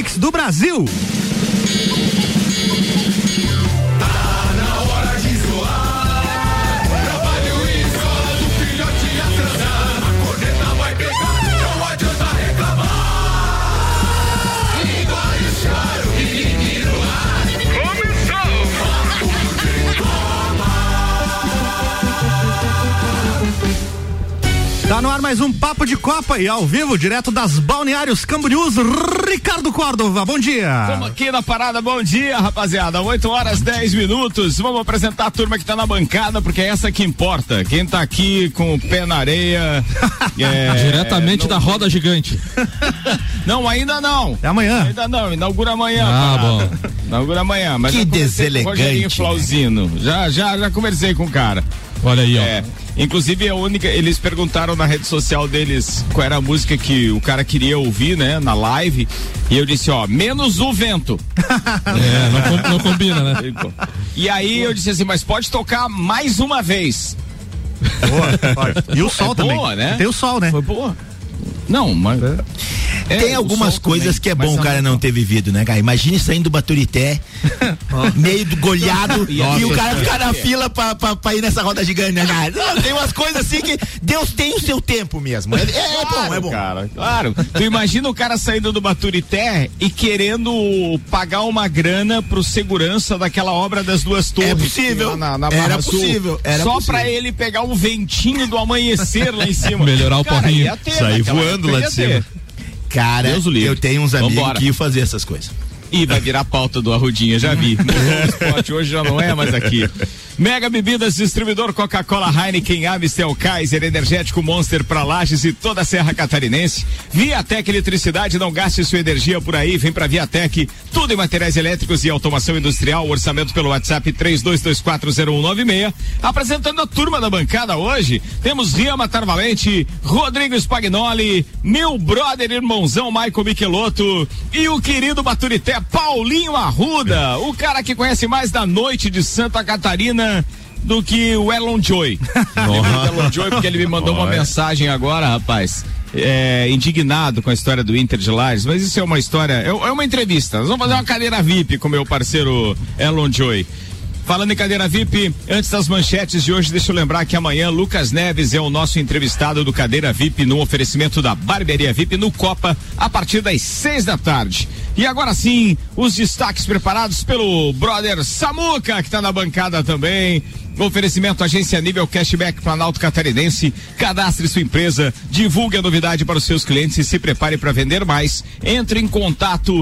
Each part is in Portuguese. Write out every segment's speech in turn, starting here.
Mix do Brasil. Tá no ar mais um Papo de Copa e ao vivo, direto das Balneários Camboriú, Ricardo Córdova, bom dia. Estamos aqui na parada, bom dia, rapaziada, 8h10. Vamos apresentar a turma que tá na bancada, porque é essa que importa. Quem tá aqui com o pé na areia. Diretamente da roda gigante. Não, ainda não. É amanhã. Ainda não, inaugura amanhã. Bom. Inaugura amanhã. Mas que deselegante. Com o Rogerinho Flauzino. Já conversei com o cara. Olha aí, ó. Inclusive eles perguntaram na rede social deles qual era a música que o cara queria ouvir, né, na live, e eu disse, menos o vento. Não combina, né? E aí eu disse assim, mas pode tocar mais uma vez. Boa, pode. E o sol também. Boa, né? Tem o sol, né? Foi boa. Não, mas... Tem algumas coisas também, que é bom o cara não ter vivido, né, cara? Imagine saindo do Baturité, meio golhado, e o cara ficar na fila pra ir nessa roda gigante, né, cara? Não, tem umas coisas assim que Deus tem o seu tempo mesmo. É bom. Cara, claro. Tu imagina o cara saindo do Baturité e querendo pagar uma grana pro segurança daquela obra das duas torres. É possível. Na Barra Sul. Só pra ele pegar um ventinho do amanhecer lá em cima. Melhorar o porrinho. Sair voando lá de cima. Cara, eu tenho uns amigos que iam fazer essas coisas. E vai virar pauta do Arrudinha, já vi. No esporte hoje já não é mais aqui. Mega Bebidas, distribuidor Coca-Cola, Heineken, Amstel, Kaiser, Energético Monster pra Lages e toda a Serra Catarinense. Viatec Eletricidade, não gaste sua energia por aí, vem pra Viatec, tudo em materiais elétricos e automação industrial, orçamento pelo WhatsApp 32240196. Apresentando a turma da bancada hoje, temos Rian Matarvalente, Rodrigo Spagnoli, meu brother irmãozão Michael Michelotto e o querido Baturité Paulinho Arruda, o cara que conhece mais da noite de Santa Catarina do que o Elon Joy. Elon Joy, porque ele me mandou uma mensagem agora, rapaz, indignado com a história do Inter de Lages, mas isso é uma história, é uma entrevista. Nós vamos fazer uma cadeira VIP com meu parceiro Elon Joy. Falando em cadeira VIP, antes das manchetes de hoje, deixa eu lembrar que amanhã Lucas Neves é o nosso entrevistado do Cadeira VIP no oferecimento da Barbearia VIP no Copa, a partir das 6h. E agora sim, os destaques preparados pelo brother Samuca, que tá na bancada também. Oferecimento Agência Nível Cashback Planalto Catarinense. Cadastre sua empresa, divulgue a novidade para os seus clientes e se prepare para vender mais. Entre em contato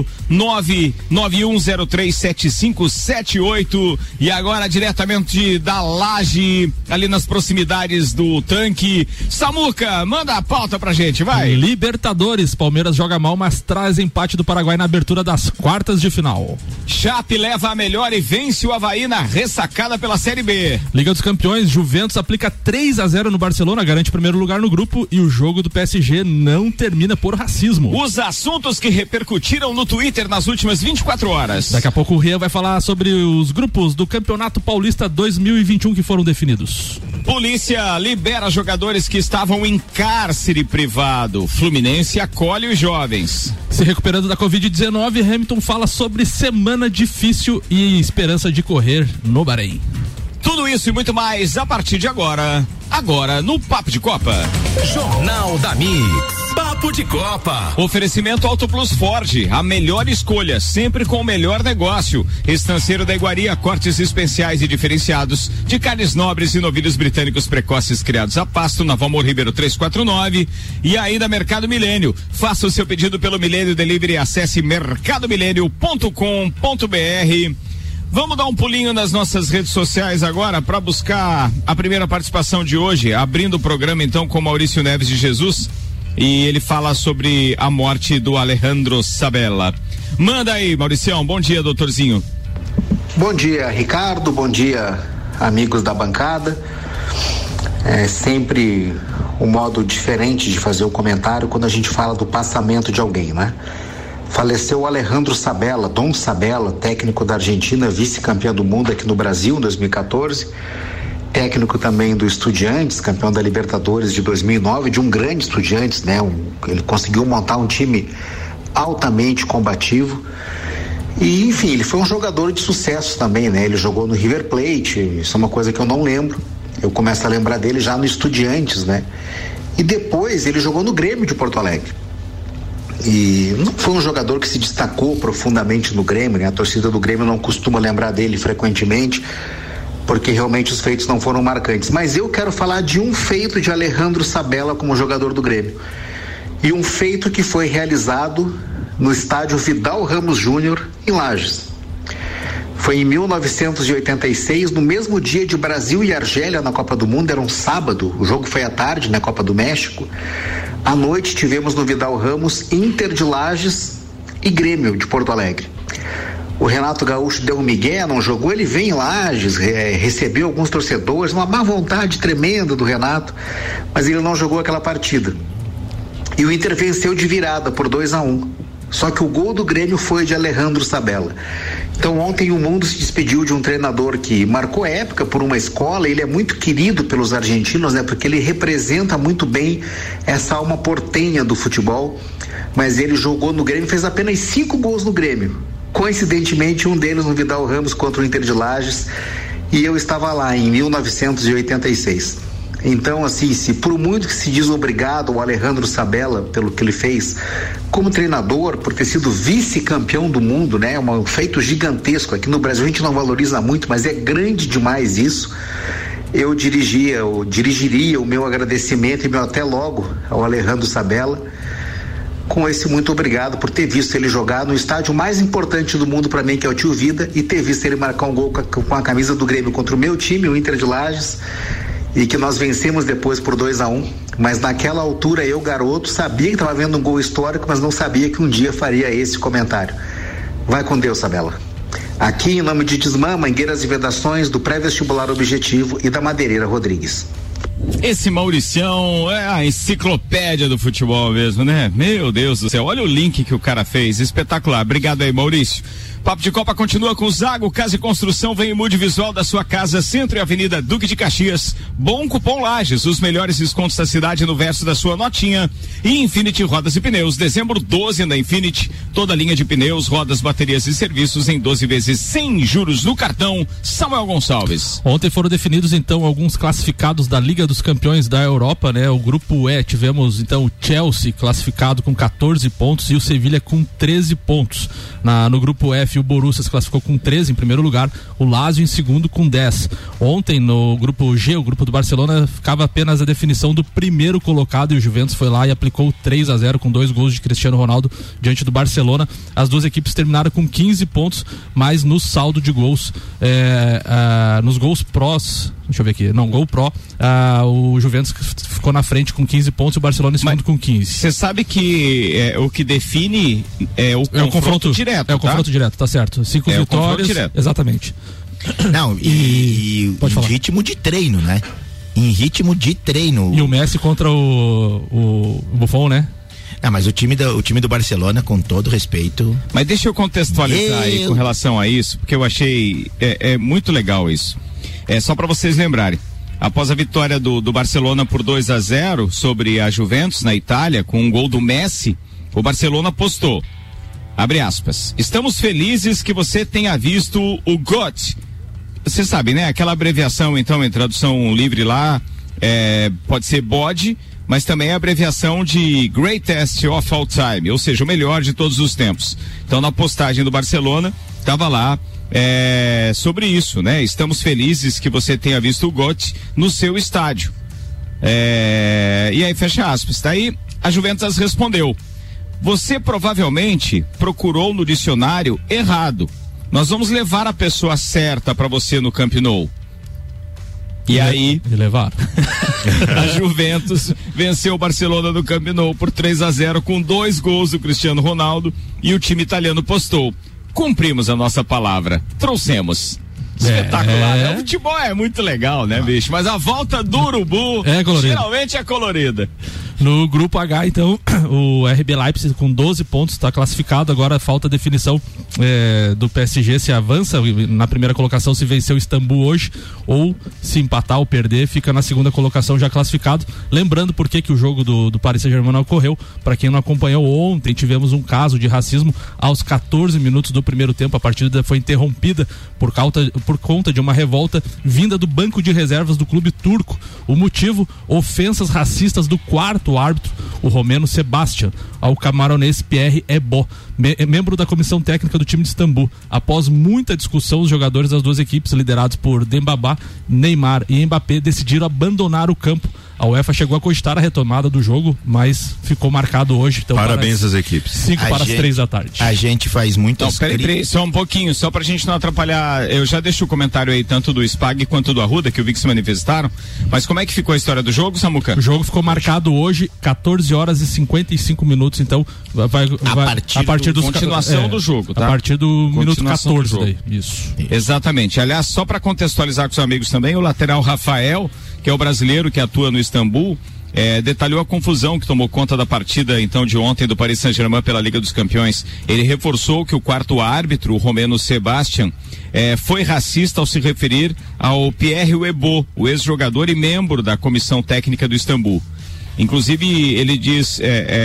991037578. E agora diretamente da Laje, ali nas proximidades do tanque. Samuca, manda a pauta pra gente, vai. Libertadores, Palmeiras joga mal, mas traz empate do Paraguai na abertura das quartas de final. Chape leva a melhor e vence o Avaí na ressacada pela Série B. Liga dos Campeões, Juventus aplica 3-0 no Barcelona, garante primeiro lugar no grupo e o jogo do PSG não termina por racismo. Os assuntos que repercutiram no Twitter nas últimas 24 horas. Daqui a pouco o Rian vai falar sobre os grupos do Campeonato Paulista 2021 que foram definidos. Polícia libera jogadores que estavam em cárcere privado. Fluminense acolhe os jovens. Se recuperando da Covid-19, Hamilton fala sobre semana difícil e esperança de correr no Bahrein. Tudo isso e muito mais a partir de agora no Papo de Copa. Jornal da Mix. Papo de Copa. Oferecimento Auto Plus Ford, a melhor escolha, sempre com o melhor negócio. Estanceiro da Iguaria, cortes especiais e diferenciados de carnes nobres e novilhos britânicos precoces criados a pasto, na Valmor Ribeiro 349. E ainda Mercado Milênio. Faça o seu pedido pelo Milênio Delivery, acesse mercadomilênio.com.br. Vamos dar um pulinho nas nossas redes sociais agora para buscar a primeira participação de hoje, abrindo o programa então com Maurício Neves de Jesus, e ele fala sobre a morte do Alejandro Sabella. Manda aí, Mauricião. Bom dia, doutorzinho. Bom dia, Ricardo. Bom dia, amigos da bancada. É sempre um modo diferente de fazer o comentário quando a gente fala do passamento de alguém, né? Faleceu o Alejandro Sabella, Dom Sabella, técnico da Argentina, vice-campeão do mundo aqui no Brasil em 2014, técnico também do Estudiantes, campeão da Libertadores de 2009, de um grande Estudiantes, né? Ele conseguiu montar um time altamente combativo. E, enfim, ele foi um jogador de sucesso também, né? Ele jogou no River Plate, isso é uma coisa que eu não lembro. Eu começo a lembrar dele já no Estudiantes, né? E depois ele jogou no Grêmio de Porto Alegre. E não foi um jogador que se destacou profundamente no Grêmio, né? A torcida do Grêmio não costuma lembrar dele frequentemente, porque realmente os feitos não foram marcantes. Mas eu quero falar de um feito de Alejandro Sabella como jogador do Grêmio. E um feito que foi realizado no estádio Vidal Ramos Júnior, em Lages. Foi em 1986, no mesmo dia de Brasil e Argélia na Copa do Mundo, era um sábado, o jogo foi à tarde na Copa do México. À noite tivemos no Vidal Ramos Inter de Lages e Grêmio de Porto Alegre. O Renato Gaúcho deu um migué, não jogou, ele veio em Lages, recebeu alguns torcedores, uma má vontade tremenda do Renato, mas ele não jogou aquela partida. E o Inter venceu de virada por 2-1. Só que o gol do Grêmio foi de Alejandro Sabella. Então ontem o mundo se despediu de um treinador que marcou época por uma escola. Ele é muito querido pelos argentinos, né? Porque ele representa muito bem essa alma portenha do futebol. Mas ele jogou no Grêmio, fez apenas 5 gols no Grêmio. Coincidentemente, um deles no Vidal Ramos contra o Inter de Lages. E eu estava lá em 1986. Então, assim, se por muito que se diz obrigado ao Alejandro Sabella pelo que ele fez como treinador, por ter sido vice-campeão do mundo, né? Um feito gigantesco. Aqui no Brasil a gente não valoriza muito, mas é grande demais isso. Eu dirigiria o meu agradecimento e meu até logo ao Alejandro Sabella, com esse muito obrigado por ter visto ele jogar no estádio mais importante do mundo para mim, que é o Tio Vida, e ter visto ele marcar um gol com a camisa do Grêmio contra o meu time, o Inter de Lages, e que nós vencemos depois por 2-1, mas naquela altura eu, garoto, sabia que estava vendo um gol histórico, mas não sabia que um dia faria esse comentário. Vai com Deus, Sabella. Aqui em nome de Desmã, Mangueiras e Vedações, do Pré-Vestibular Objetivo e da Madeireira Rodrigues. Esse Mauricião é a enciclopédia do futebol mesmo, né? Meu Deus do céu, olha o link que o cara fez, espetacular. Obrigado aí, Maurício. Papo de Copa continua com Zago Casa e Construção. Vem em mude visual da sua casa, Centro e Avenida Duque de Caxias. Bom Cupom Lages, os melhores descontos da cidade no verso da sua notinha. E Infinity Rodas e Pneus, dezembro 12 na Infinity. Toda linha de pneus, rodas, baterias e serviços em 12 vezes sem juros no cartão. Samuel Gonçalves. Ontem foram definidos então alguns classificados da Liga dos Campeões da Europa, né? O grupo E, tivemos então o Chelsea classificado com 14 pontos e o Sevilha com 13 pontos. No grupo F, o Borussia se classificou com 13 em primeiro lugar, o Lazio em segundo com 10. Ontem no grupo G, o grupo do Barcelona, ficava apenas a definição do primeiro colocado e o Juventus foi lá e aplicou 3-0 com 2 gols de Cristiano Ronaldo diante do Barcelona. As duas equipes terminaram com 15 pontos, mas no saldo de gols, nos gols prós, deixa eu ver aqui, não, gol pró, o Juventus ficou na frente com 15 pontos e o Barcelona em segundo com 15. Você sabe que o que define é o confronto direto. É o confronto direto, tá certo. 5 vitórias. Exatamente. Não, e em ritmo de treino, né? Em ritmo de treino. E o Messi contra o Buffon, né? Não, mas o time do Barcelona, com todo respeito. Mas deixa eu contextualizar aí com relação a isso, porque eu achei muito legal isso. É só para vocês lembrarem. Após a vitória do Barcelona por 2-0 sobre a Juventus na Itália, com um gol do Messi, o Barcelona postou, abre aspas, estamos felizes que você tenha visto o GOAT. Você sabe, né? Aquela abreviação, então, em tradução livre lá, pode ser bode, mas também é a abreviação de Greatest of All Time, ou seja, o melhor de todos os tempos. Então, na postagem do Barcelona, estava lá sobre isso, né? Estamos felizes que você tenha visto o GOAT no seu estádio. E aí, fecha aspas. Daí, a Juventus respondeu, você provavelmente procurou no dicionário errado. Nós vamos levar a pessoa certa para você no Camp Nou. E aí, levar. a Juventus venceu o Barcelona no Camp Nou por 3-0 com 2 gols do Cristiano Ronaldo e o time italiano postou, cumprimos a nossa palavra, trouxemos. Espetacular, né? O futebol é muito legal, né, bicho? Mas a volta do Urubu geralmente é colorida. No grupo H, então, o RB Leipzig com 12 pontos está classificado. Agora falta a definição do PSG se avança na primeira colocação, se vencer o Istambul hoje, ou se empatar ou perder, fica na segunda colocação já classificado. Lembrando por que o jogo do Paris Saint-Germain não ocorreu. Para quem não acompanhou, ontem tivemos um caso de racismo aos 14 minutos do primeiro tempo. A partida foi interrompida por conta de uma revolta vinda do banco de reservas do clube turco. O motivo, ofensas racistas do quarto árbitro, o romeno Sebastian, ao camaronês Pierre Ebo, membro da comissão técnica do time de Istambul. Após muita discussão, os jogadores das duas equipes, liderados por Dembaba, Neymar e Mbappé, decidiram abandonar o campo. A UEFA chegou a cogitar a retomada do jogo, mas ficou marcado hoje. Então, parabéns às equipes. 5 para as 3 da tarde. A gente faz muitas... Peraí, só um pouquinho, só pra gente não atrapalhar. Eu já deixo o comentário aí, tanto do Spag quanto do Arruda, que eu vi que se manifestaram. Mas como é que ficou a história do jogo, Samuca? O jogo ficou marcado hoje, 14 horas e 55 minutos. Então, a partir dos... Continuação do jogo, tá? A partir do minuto 14 daí. Isso. Exatamente. Aliás, só pra contextualizar com os amigos também, o lateral Rafael, que é o brasileiro que atua no Istambul, detalhou a confusão que tomou conta da partida então de ontem do Paris Saint-Germain pela Liga dos Campeões. Ele reforçou que o quarto árbitro, o romeno Sebastian, foi racista ao se referir ao Pierre Ebo, o ex-jogador e membro da comissão técnica do Istambul. Inclusive ele diz,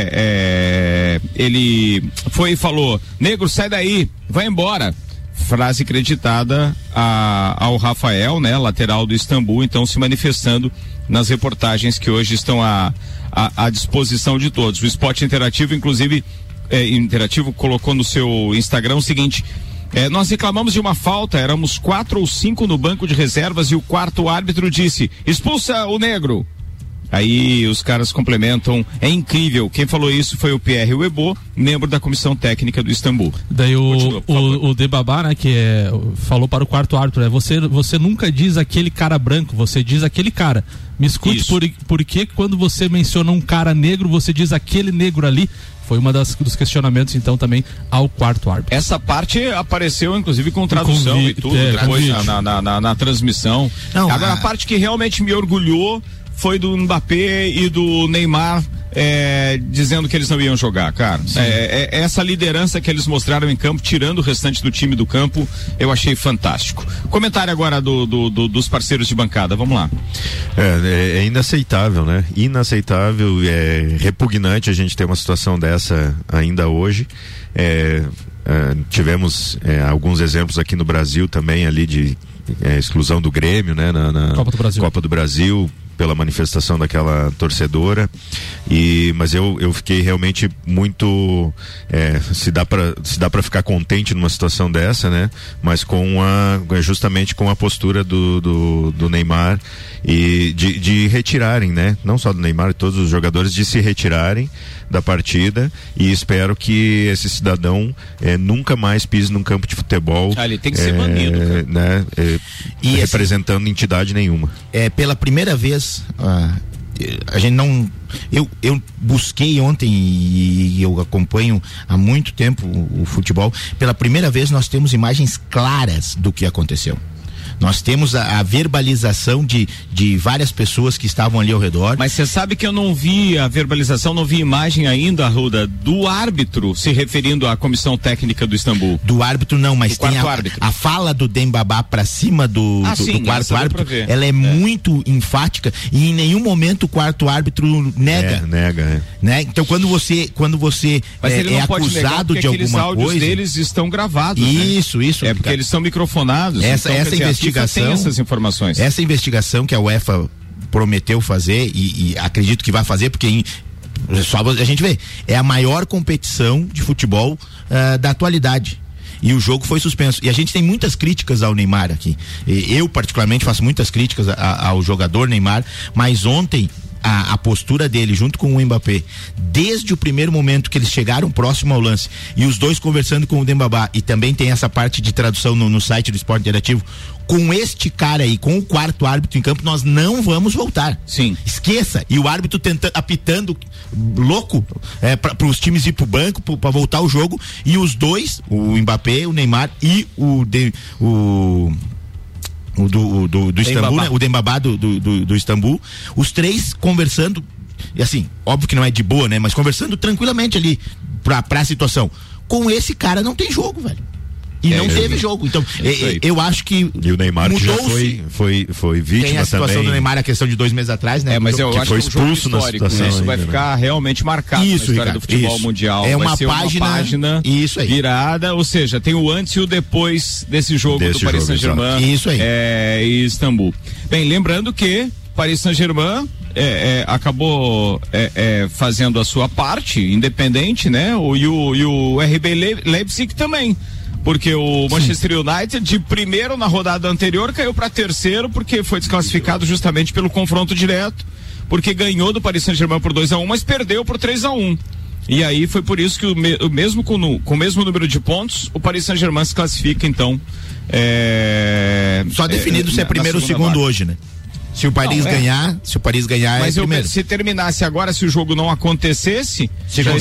ele foi e falou: negro, sai daí, vai embora. Frase creditada ao Rafael, né, lateral do Istambul, então se manifestando nas reportagens que hoje estão à disposição de todos. O Esporte Interativo, inclusive, Interativo colocou no seu Instagram o seguinte: nós reclamamos de uma falta, éramos 4 ou 5 no banco de reservas e o quarto árbitro disse: expulsa o negro. Aí os caras complementam, é incrível. Quem falou isso foi o Pierre Ebo, membro da comissão técnica do Istambul. Daí o Dembaba, né, que falou para o quarto árbitro, você nunca diz aquele cara branco, você diz aquele cara. Me escute, por que quando você menciona um cara negro, você diz aquele negro ali? Foi uma dos questionamentos, então, também ao quarto árbitro. Essa parte apareceu, inclusive, com tradução e tudo, depois na transmissão. Não, agora, a parte que realmente me orgulhou foi do Mbappé e do Neymar dizendo que eles não iam jogar, cara. Essa liderança que eles mostraram em campo, tirando o restante do time do campo, eu achei fantástico. Comentário agora dos parceiros de bancada, vamos lá. É inaceitável, né? Inaceitável, repugnante a gente ter uma situação dessa ainda hoje. Tivemos alguns exemplos aqui no Brasil também, ali de exclusão do Grêmio, né? Na Copa do Brasil, pela manifestação daquela torcedora, mas eu fiquei realmente muito, se dá para ficar contente numa situação dessa, né? Mas justamente com a postura do Neymar e de retirarem, né? Não só do Neymar, todos os jogadores, de se retirarem da partida, e espero que esse cidadão nunca mais pise num campo de futebol. Ele tem que ser banido, cara. Né? Representando entidade nenhuma. Pela primeira vez, a gente não... Eu busquei ontem e eu acompanho há muito tempo o futebol. Pela primeira vez nós temos imagens claras do que aconteceu. Nós temos a verbalização de várias pessoas que estavam ali ao redor. Mas você sabe que eu não vi a verbalização, não vi imagem ainda, Arruda, do árbitro se referindo à comissão técnica do Istambul. Do árbitro não, mas tem a fala do Dembaba pra cima do quarto árbitro. Ela é muito enfática e em nenhum momento o quarto árbitro nega. Né? Então quando você é acusado de alguma coisa... Aqueles áudios deles estão gravados. Isso. É porque eles são microfonados. Essa investigação, tem essas informações. Essa investigação que a UEFA prometeu fazer e acredito que vai fazer, porque só a gente vê, é a maior competição de futebol da atualidade. E o jogo foi suspenso. E a gente tem muitas críticas ao Neymar aqui. Eu, particularmente, faço muitas críticas ao jogador Neymar, mas ontem a postura dele junto com o Mbappé, desde o primeiro momento que eles chegaram próximo ao lance e os dois conversando com o Dembaba, e também tem essa parte de tradução no site do Esporte Interativo, com este cara aí, com o quarto árbitro em campo, nós não vamos voltar. Sim. Esqueça. E o árbitro apitando louco para os times ir pro banco para voltar o jogo, e os dois, o Mbappé, o Neymar e o do Istambul, né? O Dembaba do Istambul, os três conversando e assim, óbvio que não é de boa, né? Mas conversando tranquilamente ali pra situação. Com esse cara não tem jogo, velho. E não teve jogo. Então, eu acho que. E o Neymar que já foi vítima. Tem a situação também. Do Neymar, a questão de 2 meses atrás, né? Mas eu acho que foi expulso na situação. Isso vai ficar realmente marcado na história do futebol mundial. É vai ser uma página isso aí. virada, ou seja, tem o antes e o depois desse jogo do Paris Saint-Germain. Isso aí. E Istambul. Bem, lembrando que Paris Saint-Germain acabou fazendo a sua parte, independente, né? E o RB Leipzig também. Porque o Manchester United, de primeiro na rodada anterior, caiu para terceiro, porque foi desclassificado justamente pelo confronto direto, porque ganhou do Paris Saint-Germain por 2-1, mas perdeu por 3-1. E aí foi por isso que mesmo com o mesmo número de pontos, o Paris Saint-Germain se classifica, então. Só definido se é primeiro ou segundo hoje, né? Se o Paris ganhar, mas se terminasse agora, se o jogo não acontecesse, já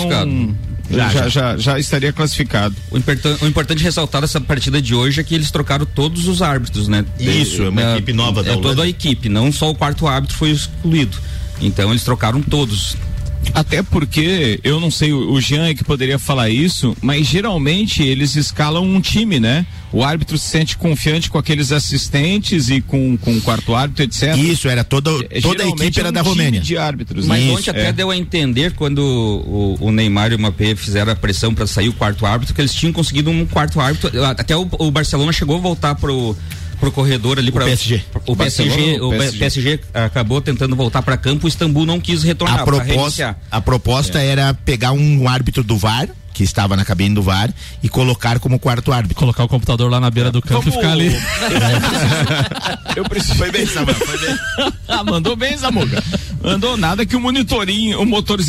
estaria classificado. O importante ressaltar dessa partida de hoje é que eles trocaram todos os árbitros, né? Isso, é uma equipe nova da Holanda. Toda a equipe, não só o quarto árbitro foi excluído. Então eles trocaram todos. Até porque, eu não sei, o Jean é que poderia falar isso, mas geralmente eles escalam um time, né? O árbitro se sente confiante com aqueles assistentes e com o quarto árbitro, etc. Isso, era toda a equipe era da Romênia. De árbitros, mas né? ontem até deu a entender, quando o Neymar e o Mbappé fizeram a pressão para sair o quarto árbitro, que eles tinham conseguido um quarto árbitro. Até o Barcelona chegou a voltar pro corredor ali para o PSG. O PSG acabou tentando voltar para campo, o Istambul não quis retornar. A proposta era pegar um árbitro do VAR, que estava na cabine do VAR, e colocar como quarto árbitro. Colocar o computador lá na beira do campo e ficar ali. Eu preciso. Foi bem, Samuel, foi bem. Mandou bem, Zamuga. Mandou nada que o monitorzinho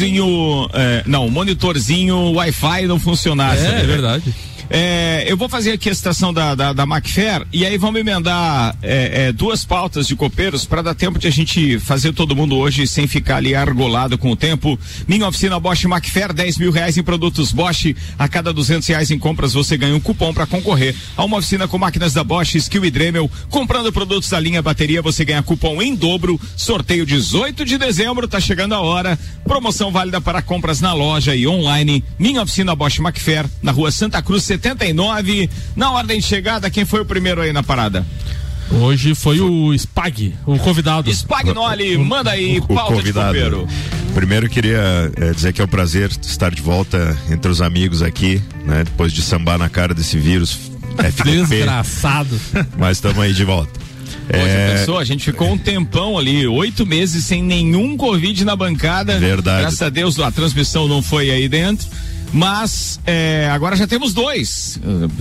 Wi-Fi não funcionasse. É verdade. Eu vou fazer aqui a citação da Macfer e aí vamos emendar duas pautas de copeiros para dar tempo de a gente fazer todo mundo hoje sem ficar ali argolado com o tempo. Minha oficina Bosch Macfer, R$10 mil em produtos Bosch. A cada R$200 em compras você ganha um cupom para concorrer a uma oficina com máquinas da Bosch, Skill e Dremel. Comprando produtos da linha bateria você ganha cupom em dobro. Sorteio 18 de dezembro, tá chegando a hora. Promoção válida para compras na loja e online. Minha oficina Bosch Macfer, na rua Santa Cruz 79. Na ordem de chegada, quem foi o primeiro aí na parada? Hoje foi o Spag, o convidado. Spagnoli, manda aí, pauta convidado. De copeiro. Primeiro queria dizer que é um prazer estar de volta entre os amigos aqui, né? Depois de sambar na cara desse vírus. Desgraçado. Mas estamos aí de volta. A gente ficou um tempão ali, 8 meses sem nenhum Covid na bancada. Verdade. Graças a Deus a transmissão não foi aí dentro. Mas agora já temos 2.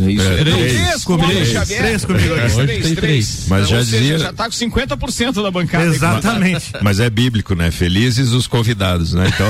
Três comigo. Mas já dizia. Já tá com 50% da bancada. Exatamente. Mas é bíblico, né? Felizes os convidados, né? Então.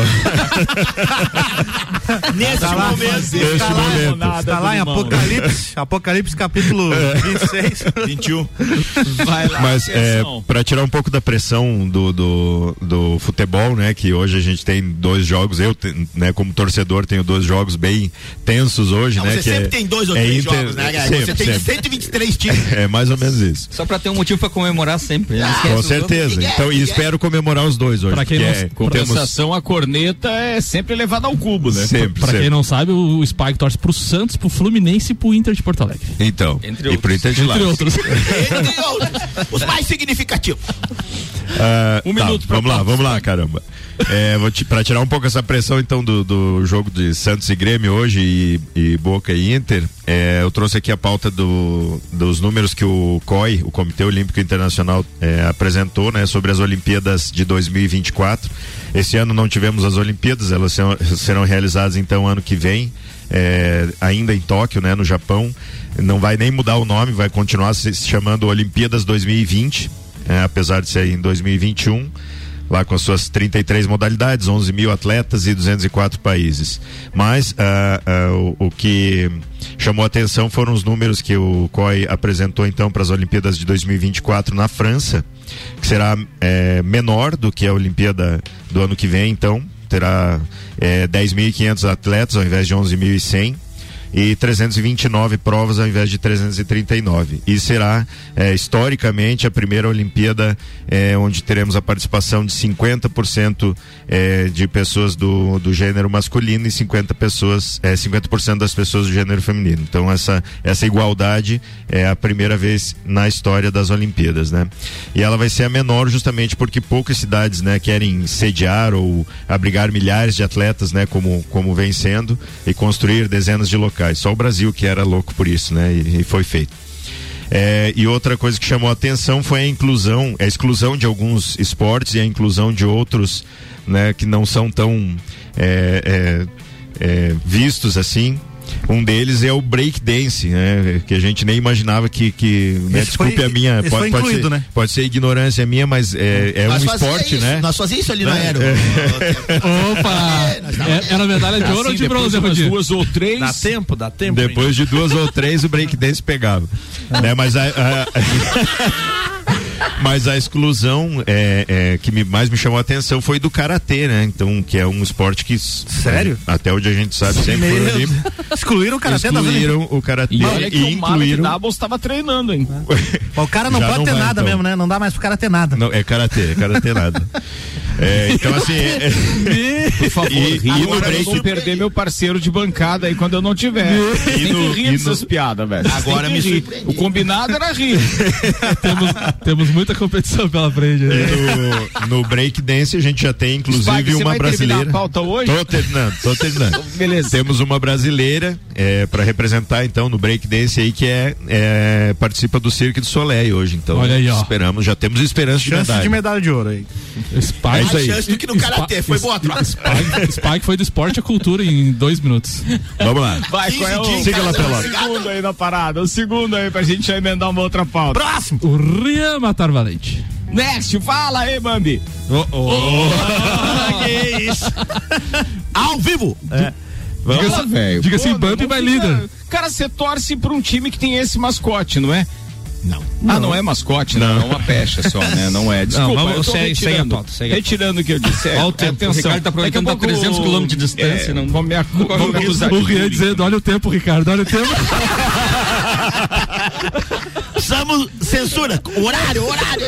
Nesse momento. Está lá em Apocalipse capítulo 26. 21. Vai lá. Mas para tirar um pouco da pressão do futebol, né? Que hoje a gente tem 2 jogos. Eu, né? Como torcedor, tenho 2 jogos bem tensos hoje, né? Você sempre tem 2 ou 3 jogos, né, cara? Você tem 123 times. É mais ou menos isso. Só pra ter um motivo pra comemorar sempre. Com certeza. Então, e espero comemorar os 2 hoje. Pra quem compensação, a corneta é sempre levada ao cubo, né? Pra quem não sabe, o Spike torce pro Santos, pro Fluminense e pro Inter de Porto Alegre. Então, e pro Inter de Entre outros. Os mais significativos. Vamos lá, caramba. Pra tirar um pouco essa pressão então do jogo de Santos e Grêmio hoje e Boca e Inter, eu trouxe aqui a pauta dos números que o COI, o Comitê Olímpico Internacional, apresentou, né, sobre as Olimpíadas de 2024. Esse ano não tivemos as Olimpíadas, elas serão realizadas então ano que vem, ainda em Tóquio, né, no Japão. Não vai nem mudar o nome, vai continuar se chamando Olimpíadas 2020, apesar de ser em 2021. Lá com as suas 33 modalidades, 11 mil atletas e 204 países. Mas o que chamou a atenção foram os números que o COI apresentou então para as Olimpíadas de 2024 na França, que será menor do que a Olimpíada do ano que vem, então terá 10.500 atletas ao invés de 11.100. e 329 provas ao invés de 339. E será historicamente a primeira Olimpíada onde teremos a participação de 50% de pessoas do gênero masculino e 50% das pessoas do gênero feminino. Então essa igualdade é a primeira vez na história das Olimpíadas, né? E ela vai ser a menor justamente porque poucas cidades, né, querem sediar ou abrigar milhares de atletas, né, como vem sendo, e construir dezenas de locais. Só o Brasil que era louco por isso, né? E foi feito. E outra coisa que chamou a atenção foi a exclusão de alguns esportes e a inclusão de outros, né, que não são tão vistos assim. Um deles é o break dance, né? Que a gente nem imaginava que né? Desculpe a minha, pode ser ignorância minha, mas é um esporte, né? Nós fazíamos isso ali no Aero. Opa! Era medalha de ouro ou de bronze, Rodinho? 2 ou 3. Dá tempo. Depois de 2 ou 3 o break dance pegava. Né? Mas a exclusão que mais me chamou a atenção foi do karatê, né? Então, que é um esporte que... Sério? Até onde a gente sabe, sempre foi olímpico. Excluíram o karatê das Olimpíadas. Excluíram o karatê e olha que o Malek Doubles estava treinando, hein? O cara não pode ter nada mesmo, né? Não dá mais pro cara ter nada. Não, é karatê nada. Então, assim... Por favor, eu não perder meu parceiro de bancada aí quando eu não tiver. Rir dessas piadas, velho. Agora me surpreende. O combinado era rir. Temos muita competição pela frente. No break dance a gente já tem inclusive uma brasileira. A pauta hoje? Tô terminando. Beleza. Temos uma brasileira para representar então no break dance aí que participa do Cirque du Soleil hoje. Então olha aí, ó. já temos esperança de medalha de ouro aí. É isso aí. Chance do que no karatê, foi boa troca. Spike foi do esporte à cultura em 2 minutos. Vamos lá. Vai, qual é o siga lá pela segundo aí na parada, o segundo aí pra gente já emendar uma outra pauta. Próximo! O Rian Matar Valente. Next, fala aí, Bambi. Que isso? Ao vivo! Vamos lá, velho. Diga assim, Bambi vai líder. Cara, você torce pra um time que tem esse mascote, não é? Não. Não é mascote, não. É uma pecha só, né? Não é. Desculpa, não, eu tô retirando o que eu disse. Olha o tempo. O Ricardo tá aproveitando a 300 km de distância. Não vamos me acusar. O Rian dizendo, olha o tempo, Ricardo, olha o tempo. Somos censura. Horário.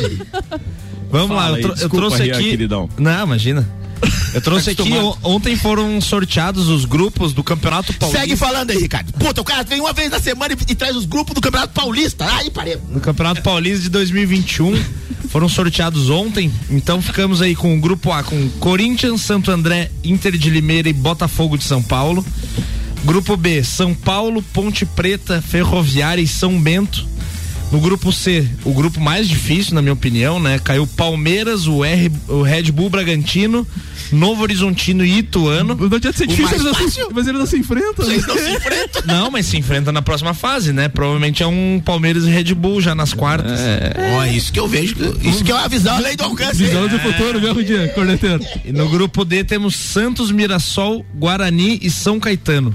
Vamos lá, eu trouxe aqui. Queridão. Não, imagina. Eu trouxe aqui, ontem foram sorteados os grupos do Campeonato Paulista. Segue falando aí, Ricardo. Puta, o cara vem uma vez na semana e traz os grupos do Campeonato Paulista. Aí, parei. No Campeonato Paulista de 2021, foram sorteados ontem. Então ficamos aí com o grupo A, com Corinthians, Santo André, Inter de Limeira e Botafogo de São Paulo. Grupo B, São Paulo, Ponte Preta, Ferroviária e São Bento. No grupo C, o grupo mais difícil, na minha opinião, né? Caiu Palmeiras, o Red Bull Bragantino, Novo Horizontino e Ituano. Não adianta ser difícil, mas eles não se enfrentam. Vocês não se enfrentam. Não, mas se enfrenta na próxima fase, né? Provavelmente é um Palmeiras e Red Bull já nas quartas. Isso que eu vejo, isso que é uma visão além do alcance. Visão do futuro, mesmo dia, corneteiro. E no grupo D temos Santos, Mirassol, Guarani e São Caetano.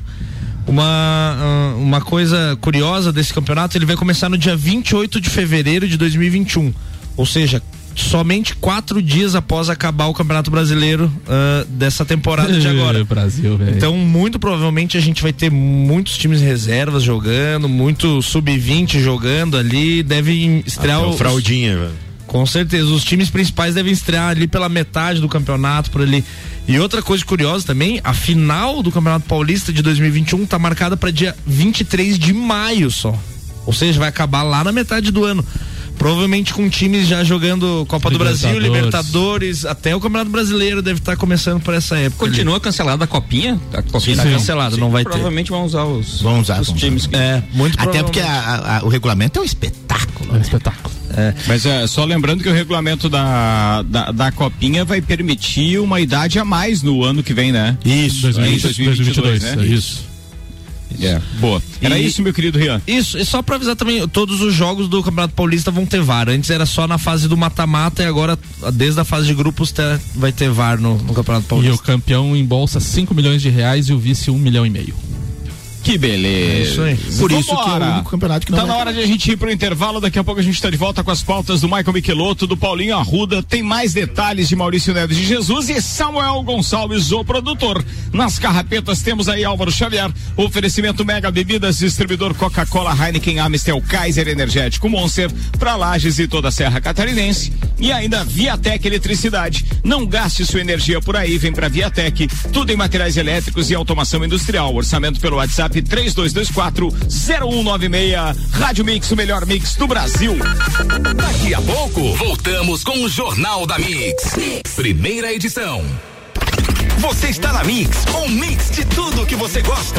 Uma coisa curiosa desse campeonato, ele vai começar no dia 28 de fevereiro de 2021, ou seja, somente 4 dias após acabar o Campeonato Brasileiro dessa temporada de agora. Brasil, então, muito provavelmente a gente vai ter muitos times reservas jogando, muito sub-20 jogando ali, devem estrear o fraldinha, velho. Com certeza, os times principais devem estrear ali pela metade do campeonato, por ali. E outra coisa curiosa também, a final do Campeonato Paulista de 2021 tá marcada para dia 23 de maio só. Ou seja, vai acabar lá na metade do ano. Provavelmente com times já jogando Copa do Brasil, Libertadores, até o Campeonato Brasileiro deve estar começando por essa época. Continua cancelada a Copinha? A Copinha tá cancelada, não vai ter. Provavelmente vão usar os times. Muito até porque o regulamento é um espetáculo. É um espetáculo. Mas só lembrando que o regulamento da Copinha vai permitir uma idade a mais no ano que vem, né? Isso, 2022, né? Isso. Boa. Era isso, meu querido Rian? Isso, e só pra avisar também, todos os jogos do Campeonato Paulista vão ter VAR. Antes era só na fase do mata-mata e agora, desde a fase de grupos, vai ter VAR no Campeonato Paulista. E o campeão embolsa R$5 milhões e o vice R$1,5 milhão. Que beleza. É isso aí. Por isso que é o único campeonato que não tá na hora de a gente ir pro intervalo, daqui a pouco a gente tá de volta com as pautas do Michael Michelotto, do Paulinho Arruda, tem mais detalhes de Maurício Neves de Jesus e Samuel Gonçalves, o produtor. Nas carrapetas temos aí Álvaro Xavier, oferecimento Mega Bebidas, distribuidor Coca-Cola, Heineken, Amstel, Kaiser, Energético, Monster, pra Lages e toda a Serra Catarinense. E ainda Viatec Eletricidade. Não gaste sua energia por aí, vem pra Viatec, tudo em materiais elétricos e automação industrial. Orçamento pelo WhatsApp 3224-0196. Rádio Mix, o melhor mix do Brasil. Daqui a pouco, voltamos com o Jornal da Mix. Primeira edição. Você está na Mix, um mix de tudo que você gosta.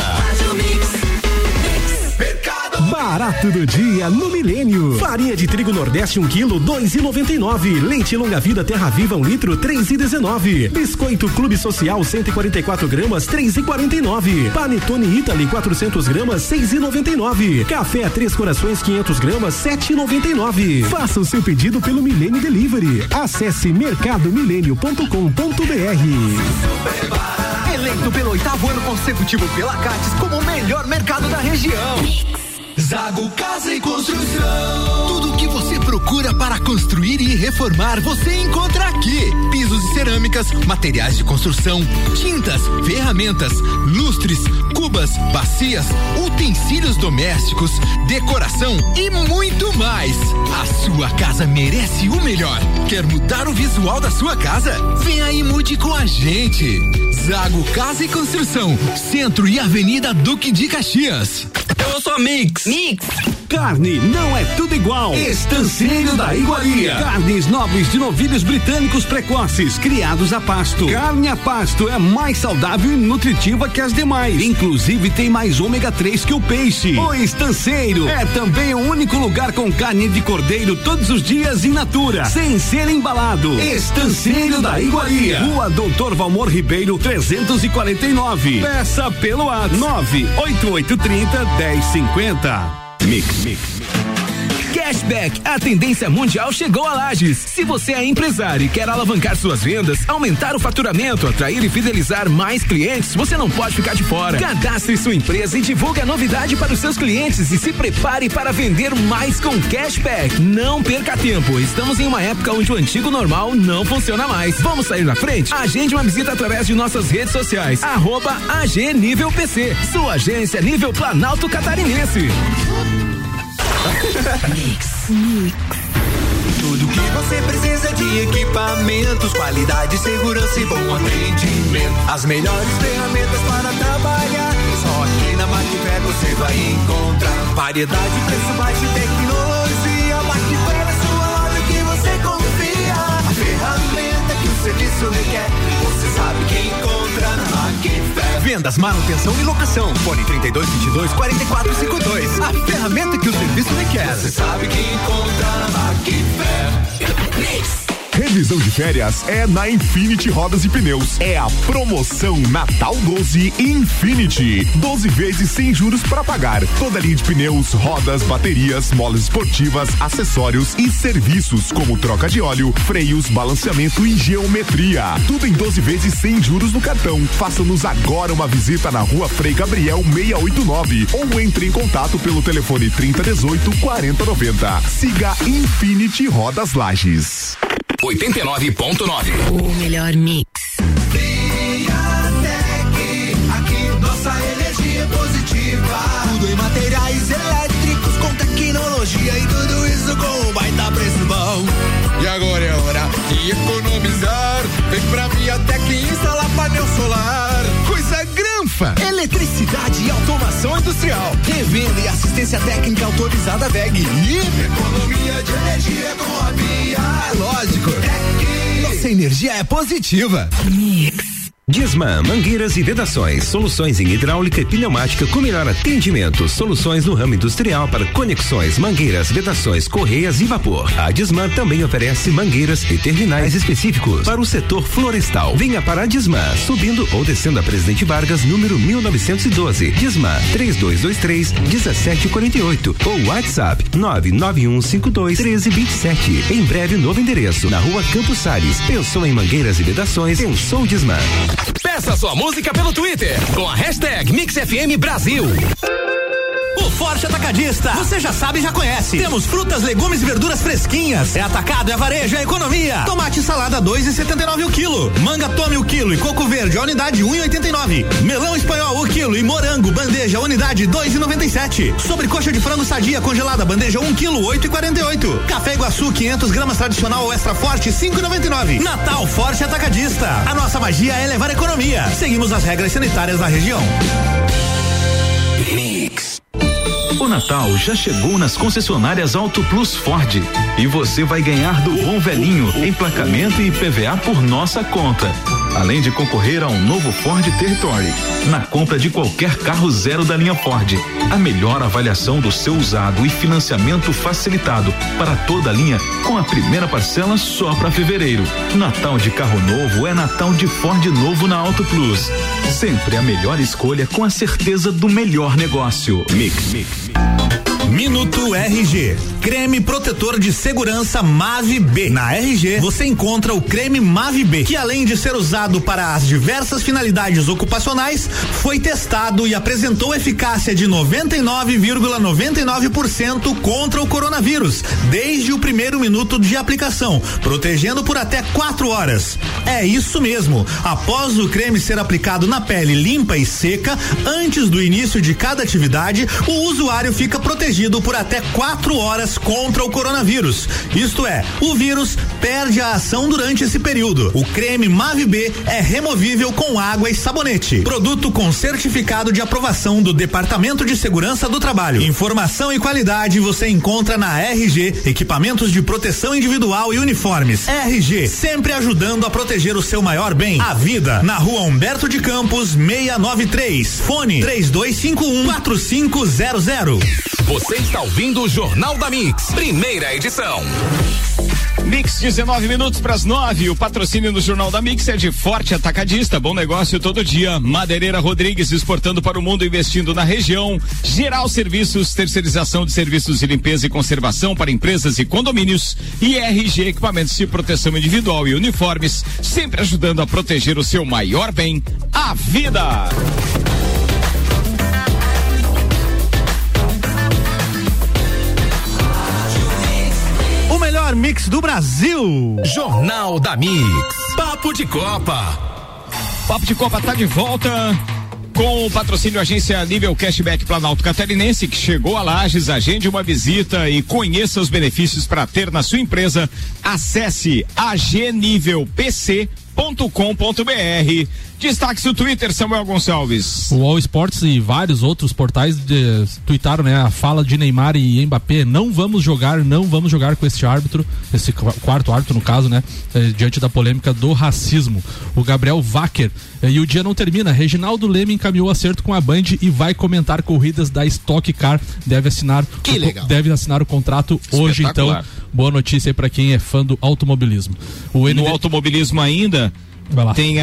Barato do dia no Milênio. Farinha de trigo Nordeste 1 kg, 2,99. Leite Longa Vida Terra Viva 1 litro, 3,19. Biscoito Clube Social 144 gramas, 3,49. Panetone Italy 400 gramas, 6,99. Café Três Corações 500 gramas, 7,99. Faça o seu pedido pelo Milênio Delivery. Acesse mercadomilênio.com.br. Eleito pelo 8º ano consecutivo pela Cates como o melhor mercado da região. Zago Casa e Construção. Tudo o que você procura para construir e reformar, você encontra aqui. Pisos e cerâmicas, materiais de construção, tintas, ferramentas, lustres, cubas, bacias, utensílios domésticos, decoração e muito mais. A sua casa merece o melhor. Quer mudar o visual da sua casa? Vem aí e mude com a gente. Zago Casa e Construção, Centro e Avenida Duque de Caxias. Eu sou a Mix. Carne não é tudo igual. Estanceiro da Iguaria. Carnes nobres de novilhos britânicos precoces, criados a pasto. Carne a pasto é mais saudável e nutritiva que as demais. Inclusive tem mais ômega 3 que o peixe. O Estanceiro é também o único lugar com carne de cordeiro todos os dias in natura, sem ser embalado. Estanceiro da Iguaria. Rua Doutor Valmor Ribeiro 349. Peça pelo WhatsApp 98830-1050. Mix. Cashback, a tendência mundial chegou a Lages. Se você é empresário e quer alavancar suas vendas, aumentar o faturamento, atrair e fidelizar mais clientes, você não pode ficar de fora. Cadastre sua empresa e divulgue a novidade para os seus clientes e se prepare para vender mais com Cashback. Não perca tempo, estamos em uma época onde o antigo normal não funciona mais. Vamos sair na frente? Agende uma visita através de nossas redes sociais. @AG Nível PC, sua agência nível Planalto Catarinense. Tudo que você precisa de equipamentos, qualidade, segurança e bom atendimento. As melhores ferramentas para trabalhar, só aqui na Macfer você vai encontrar. Variedade, preço baixo e tecnologia. Macfer é sua loja que você confia. A ferramenta que o serviço requer, você sabe que encontra na Macfer. Vendas, manutenção e locação. Fone 3222-4452. A ferramenta que o serviço requer. Você sabe que encontra na Macfer. Revisão de férias é na Infinity Rodas e Pneus. É a promoção Natal 12 Infinity. 12 vezes sem juros para pagar. Toda linha de pneus, rodas, baterias, molas esportivas, acessórios e serviços como troca de óleo, freios, balanceamento e geometria. Tudo em 12 vezes sem juros no cartão. Faça-nos agora uma visita na Rua Frei Gabriel 689 ou entre em contato pelo telefone 3018-4090. Siga Infinity Rodas Lages. 89.9. O melhor mix. Viatec, aqui nossa energia é positiva. Tudo em materiais elétricos com tecnologia e tudo isso com um baita preço bom. E agora é hora de economizar. Vem pra Viatec e instalar painel solar. Coisa granfa. Eletricidade e automação industrial. Revenda e assistência técnica autorizada VEG. E economia de energia com a Via. É lógico. Nossa energia é positiva. Mix. Disman, mangueiras e vedações, soluções em hidráulica e pneumática com melhor atendimento, soluções no ramo industrial para conexões, mangueiras, vedações, correias e vapor. A Disman também oferece mangueiras e terminais específicos para o setor florestal. Venha para a Disman, subindo ou descendo a Presidente Vargas, número 1912. Disman, 3223-1748 ou WhatsApp 99152-1327. Em breve, novo endereço, na Rua Campos Sales. Pensou em mangueiras e vedações? Pensou Disman. Peça sua música pelo Twitter com a hashtag MixFM Brasil. O Forte Atacadista, você já sabe e já conhece. Temos frutas, legumes e verduras fresquinhas. É atacado, é varejo, é economia. Tomate e salada 2,79 o quilo. Manga tome o quilo e coco verde a unidade 1,89. Melão espanhol o quilo e morango bandeja unidade 2,97. Sobrecoxa de frango sadia congelada bandeja 1 quilo 8,48. Café Iguaçu 500 gramas tradicional ou extra forte 5,99. Natal Forte Atacadista. A nossa magia é levar economia. Seguimos as regras sanitárias da região. O Natal já chegou nas concessionárias Auto Plus Ford e você vai ganhar do bom velhinho, emplacamento e IPVA por nossa conta. Além de concorrer a um novo Ford Territory, na compra de qualquer carro zero da linha Ford. A melhor avaliação do seu usado e financiamento facilitado para toda a linha com a primeira parcela só para fevereiro. Natal de carro novo é Natal de Ford novo na Auto Plus. Sempre a melhor escolha com a certeza do melhor negócio. Mix. Minuto RG. Creme protetor de segurança Mave B. Na RG você encontra o creme Mave B, que além de ser usado para as diversas finalidades ocupacionais, foi testado e apresentou eficácia de 99,99% contra o coronavírus, desde o primeiro minuto de aplicação, protegendo por até 4 horas. É isso mesmo. Após o creme ser aplicado na pele limpa e seca, antes do início de cada atividade, o usuário fica protegido por até 4 horas contra o coronavírus. Isto é, o vírus perde a ação durante esse período. O creme Mave B é removível com água e sabonete. Produto com certificado de aprovação do Departamento de Segurança do Trabalho. Informação e qualidade você encontra na RG, equipamentos de proteção individual e uniformes. RG, sempre ajudando a proteger o seu maior bem, a vida. Na Rua Humberto de Campos, 693. Fone 3251-4500. Você está ouvindo o Jornal da Mix, primeira edição. Mix 19 minutos para as 9. O patrocínio no Jornal da Mix é de Forte Atacadista, bom negócio todo dia. Madeireira Rodrigues, exportando para o mundo, investindo na região. Geral Serviços, terceirização de serviços de limpeza e conservação para empresas e condomínios. E RG, equipamentos de proteção individual e uniformes, sempre ajudando a proteger o seu maior bem, a vida. Mix do Brasil. Jornal da Mix. Papo de Copa. Papo de Copa tá de volta com o patrocínio Agência Nível Cashback Planalto Catarinense, que chegou a Lages. Agende uma visita e conheça os benefícios para ter na sua empresa. Acesse agnivelpc.com.br. Destaque do Twitter, Samuel Gonçalves. O All Sports e vários outros portais tuitaram, né, a fala de Neymar e Mbappé: não vamos jogar com este árbitro, esse quarto árbitro no caso, né, diante da polêmica do racismo. O Gabriel Wacker, e o dia não termina. Reginaldo Leme encaminhou acerto com a Band e vai comentar corridas da Stock Car. Deve assinar o contrato hoje, então. Boa notícia aí pra quem é fã do automobilismo. No automobilismo ainda tem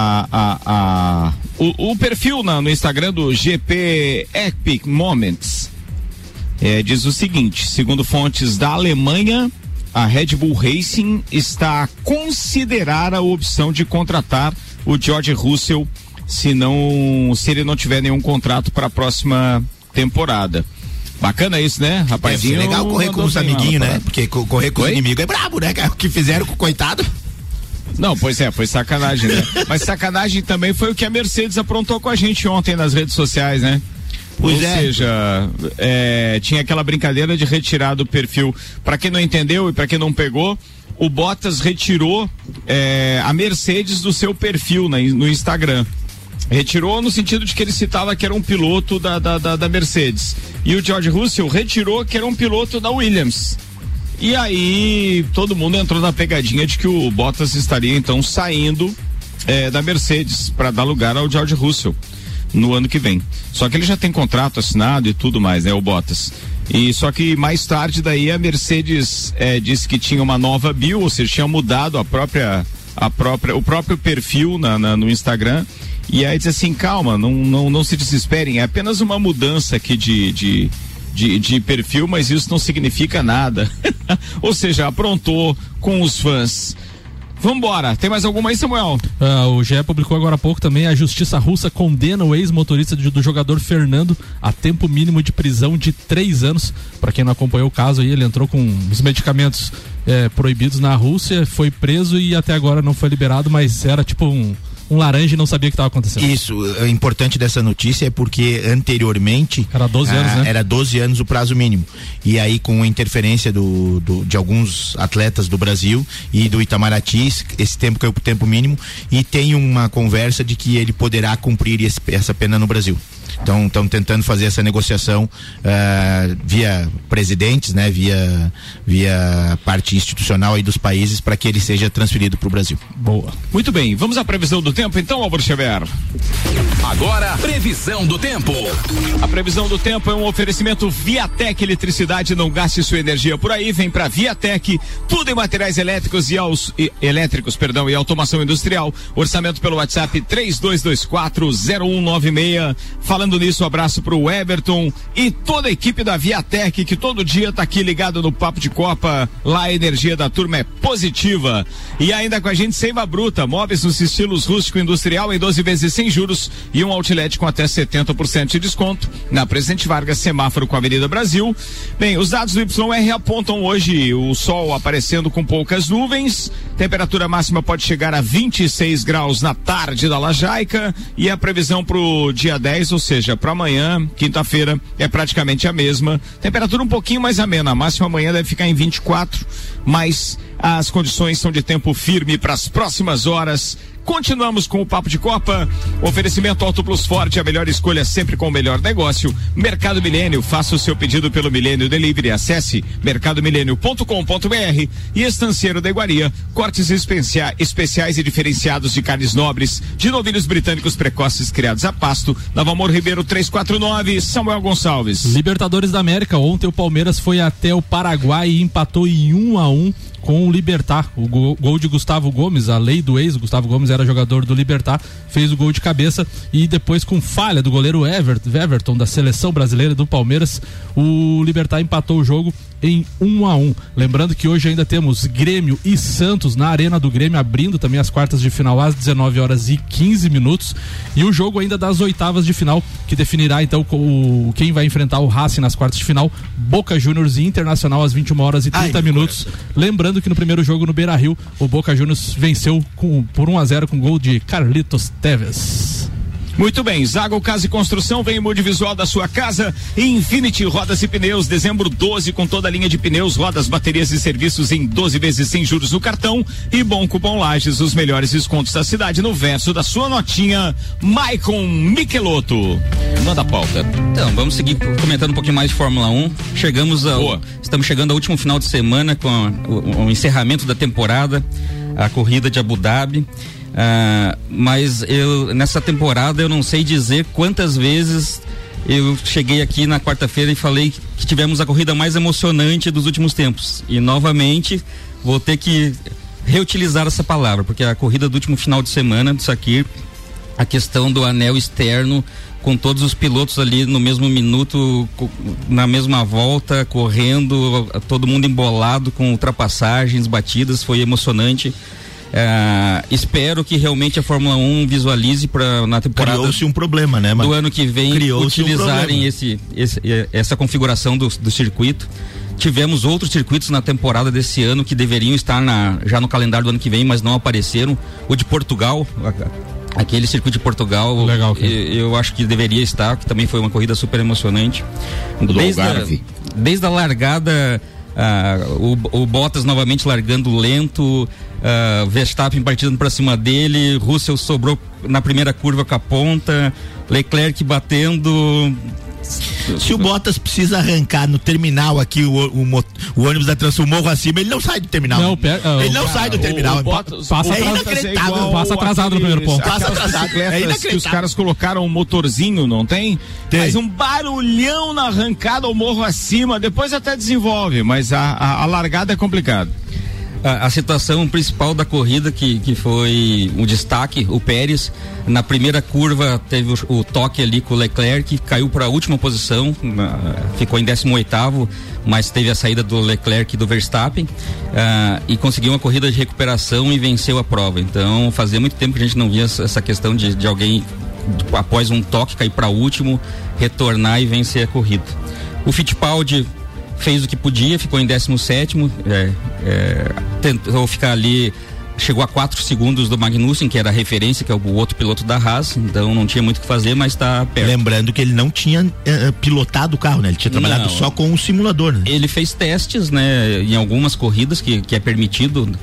o perfil no Instagram do GP Epic Moments. Diz o seguinte: segundo fontes da Alemanha, a Red Bull Racing está a considerar a opção de contratar o George Russell se ele não tiver nenhum contrato para a próxima temporada. Bacana isso, né, rapazinho? É legal correr com os amiguinhos, né? Porque correr com os inimigos é brabo, né, cara? O que fizeram com o coitado. Não, pois foi sacanagem, né? Mas sacanagem também foi o que a Mercedes aprontou com a gente ontem nas redes sociais, né? Ou seja, tinha aquela brincadeira de retirar do perfil. Pra quem não entendeu e pra quem não pegou, o Bottas retirou a Mercedes do seu perfil no Instagram. Retirou no sentido de que ele citava que era um piloto da Mercedes. E o George Russell retirou que era um piloto da Williams. E aí todo mundo entrou na pegadinha de que o Bottas estaria então saindo da Mercedes para dar lugar ao George Russell no ano que vem. Só que ele já tem contrato assinado e tudo mais, né, o Bottas. E só que mais tarde daí a Mercedes disse que tinha uma nova bio, ou seja, tinha mudado o próprio perfil no Instagram. E aí diz assim: calma, não se desesperem, é apenas uma mudança aqui de perfil, mas isso não significa nada. Ou seja, aprontou com os fãs. Vambora. Tem mais alguma aí, Samuel? O GE publicou agora há pouco também: a justiça russa condena o ex-motorista do jogador Fernando a tempo mínimo de prisão de 3 anos. Para quem não acompanhou o caso aí, ele entrou com os medicamentos proibidos na Rússia, foi preso e até agora não foi liberado, mas era tipo um laranja e não sabia o que estava acontecendo. Isso, o importante dessa notícia é porque anteriormente era 12 anos, né? Era 12 anos o prazo mínimo. E aí, com a interferência de alguns atletas do Brasil e do Itamaraty, esse tempo caiu pro tempo mínimo, e tem uma conversa de que ele poderá cumprir essa pena no Brasil. Então, estão tentando fazer essa negociação via presidentes, né? Via parte institucional aí dos países, para que ele seja transferido para o Brasil. Boa. Muito bem, vamos à previsão do tempo então, Álvaro Xavier. Agora, previsão do tempo. A previsão do tempo é um oferecimento Viatec Eletricidade. Não gaste sua energia por aí, vem pra Viatec, tudo em materiais elétricos e automação industrial. Orçamento pelo WhatsApp 32240196. Falando nisso, um abraço pro Everton e toda a equipe da Viatec, que todo dia tá aqui ligado no Papo de Copa. Lá a energia da turma é positiva. E ainda com a gente, Seiva Bruta, móveis nos estilos rústico e industrial em 12 vezes sem juros e um outlet com até 70% de desconto na Presidente Vargas, semáforo com a Avenida Brasil. Bem, os dados do YR apontam hoje o sol aparecendo com poucas nuvens, temperatura máxima pode chegar a 26 graus na tarde da Lajaica, e a previsão pro dia 10, ou seja, para amanhã, quinta-feira, é praticamente a mesma. Temperatura um pouquinho mais amena, a máxima amanhã deve ficar em 24, mas as condições são de tempo firme para as próximas horas. Continuamos com o Papo de Copa. Oferecimento Auto Plus Ford, a melhor escolha sempre com o melhor negócio. Mercado Milênio, faça o seu pedido pelo Milênio Delivery. Acesse mercadomilênio.com.br. E Estanceiro da Iguaria, cortes especiais e diferenciados de carnes nobres, de novilhos britânicos precoces criados a pasto. Na Valmor Ribeiro 349, Samuel Gonçalves. Libertadores da América, ontem o Palmeiras foi até o Paraguai e empatou em 1-1 com o Libertad. O gol de Gustavo Gomes, a lei do ex, o Gustavo Gomes era jogador do Libertad, fez o gol de cabeça, e depois, com falha do goleiro Everton, da seleção brasileira do Palmeiras, o Libertad empatou o jogo em 1-1. Lembrando que hoje ainda temos Grêmio e Santos na Arena do Grêmio, abrindo também as quartas de final às 19h15, e o jogo ainda das oitavas de final, que definirá então quem vai enfrentar o Racing nas quartas de final. Boca Juniors e Internacional às 21h30. Lembrando que no primeiro jogo no Beira-Rio, o Boca Juniors venceu por 1-0 com gol de Carlitos Teves. Muito bem, Zago Casa e Construção, vem o multivisual da sua casa. Infinity Rodas e Pneus, dezembro 12, com toda a linha de pneus, rodas, baterias e serviços em 12 vezes sem juros no cartão. E Bom Cupom Lages, os melhores descontos da cidade no verso da sua notinha. Maicon Michelotto, manda a pauta. Então, vamos seguir comentando um pouquinho mais de Fórmula 1. Estamos chegando ao último final de semana com o encerramento da temporada, a corrida de Abu Dhabi. Mas nessa temporada eu não sei dizer quantas vezes eu cheguei aqui na quarta-feira e falei que tivemos a corrida mais emocionante dos últimos tempos, e novamente vou ter que reutilizar essa palavra, porque a corrida do último final de semana disso aqui, a questão do anel externo, com todos os pilotos ali no mesmo minuto, na mesma volta, correndo, todo mundo embolado com ultrapassagens, batidas, foi emocionante. Espero que realmente a Fórmula 1 visualize na temporada. Criou-se um problema, né, mano? Do ano que vem, utilizarem essa configuração do circuito. Tivemos outros circuitos na temporada desse ano que deveriam estar já no calendário do ano que vem, mas não apareceram. O de Portugal, aquele circuito de Portugal, legal, eu acho que deveria estar, que também foi uma corrida super emocionante. Desde a largada, o Bottas novamente largando lento, Verstappen partindo para cima dele, Russell sobrou na primeira curva com a ponta, Leclerc batendo. Se o Bottas precisa arrancar no terminal aqui o ônibus da Transformou acima, ele não sai do terminal. Ele não sai do terminal. Passa atrasado no primeiro ponto. Passa atrasado. Que os caras colocaram um motorzinho, não tem? Faz um barulhão na arrancada ao morro acima, depois até desenvolve, mas a largada é complicado. A situação principal da corrida que foi um destaque, o Pérez na primeira curva teve o toque ali com o Leclerc, que caiu para a última posição, ficou em 18º, mas teve a saída do Leclerc e do Verstappen, e conseguiu uma corrida de recuperação e venceu a prova. Então fazia muito tempo que a gente não via essa questão de alguém após um toque cair para último, retornar e vencer a corrida. O Fittipaldi fez o que podia, ficou em 17º, tentou ficar ali, chegou a 4 segundos do Magnussen, que era a referência, que é o outro piloto da Haas, então não tinha muito o que fazer, mas está perto. Lembrando que ele não tinha pilotado o carro, né? Ele tinha trabalhado só com o simulador, né? Ele fez testes, né? Em algumas corridas que é permitido,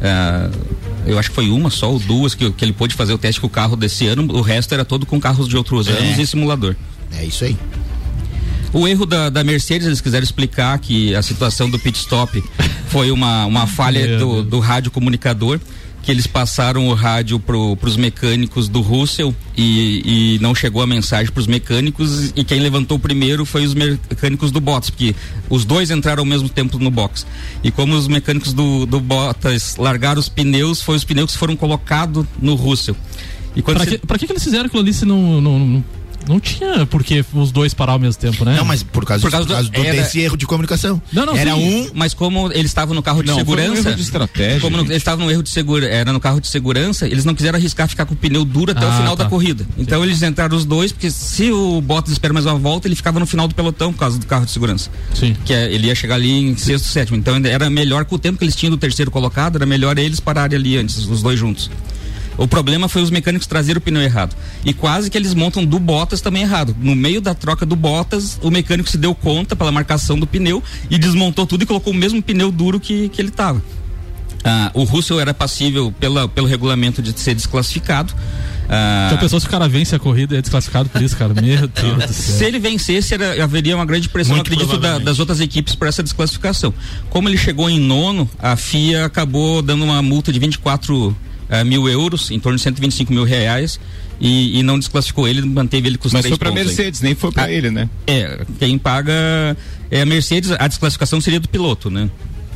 eu acho que foi uma só ou duas que ele pôde fazer o teste com o carro desse ano, o resto era todo com carros de outros anos e simulador. É isso aí. O erro da Mercedes, eles quiseram explicar que a situação do pit stop foi uma falha do rádio comunicador, que eles passaram o rádio pros mecânicos do Russell e não chegou a mensagem pros mecânicos, e quem levantou primeiro foi os mecânicos do Bottas, porque os dois entraram ao mesmo tempo no box. E como os mecânicos do Bottas largaram os pneus, foi os pneus que foram colocados no Russell. E pra que eles fizeram aquilo ali se não tinha porque os dois parar ao mesmo tempo, né? Não, mas por causa desse erro de comunicação. Mas como eles estavam no carro de segurança. Foi um erro de estratégia. Como eles estavam no erro de segurança, era no carro de segurança, eles não quiseram arriscar ficar com o pneu duro até o final da corrida. Então eles entraram os dois, porque se o Bottas espera mais uma volta, ele ficava no final do pelotão por causa do carro de segurança. Sim. Ele ia chegar ali em 6º, 7º. Então era melhor, com o tempo que eles tinham do terceiro colocado, era melhor eles pararem ali antes, os dois juntos. O problema foi os mecânicos trazerem o pneu errado. E quase que eles montam do Bottas também errado. No meio da troca do Bottas, o mecânico se deu conta pela marcação do pneu e desmontou tudo e colocou o mesmo pneu duro que ele estava. O Russell era passível pelo regulamento de ser desclassificado. Já pensou se o cara vence a corrida e é desclassificado por isso, cara? Meu Deus do céu. Se ele vencesse, haveria uma grande pressão, acredito, das outras equipes para essa desclassificação. Como ele chegou em 9º, a FIA acabou dando uma multa de 24 mil euros, em torno de 125 mil reais, e não desclassificou ele, manteve ele com os 3 pontos. Mas foi pra Mercedes, nem foi pra ele, né? Quem paga é a Mercedes, a desclassificação seria do piloto, né?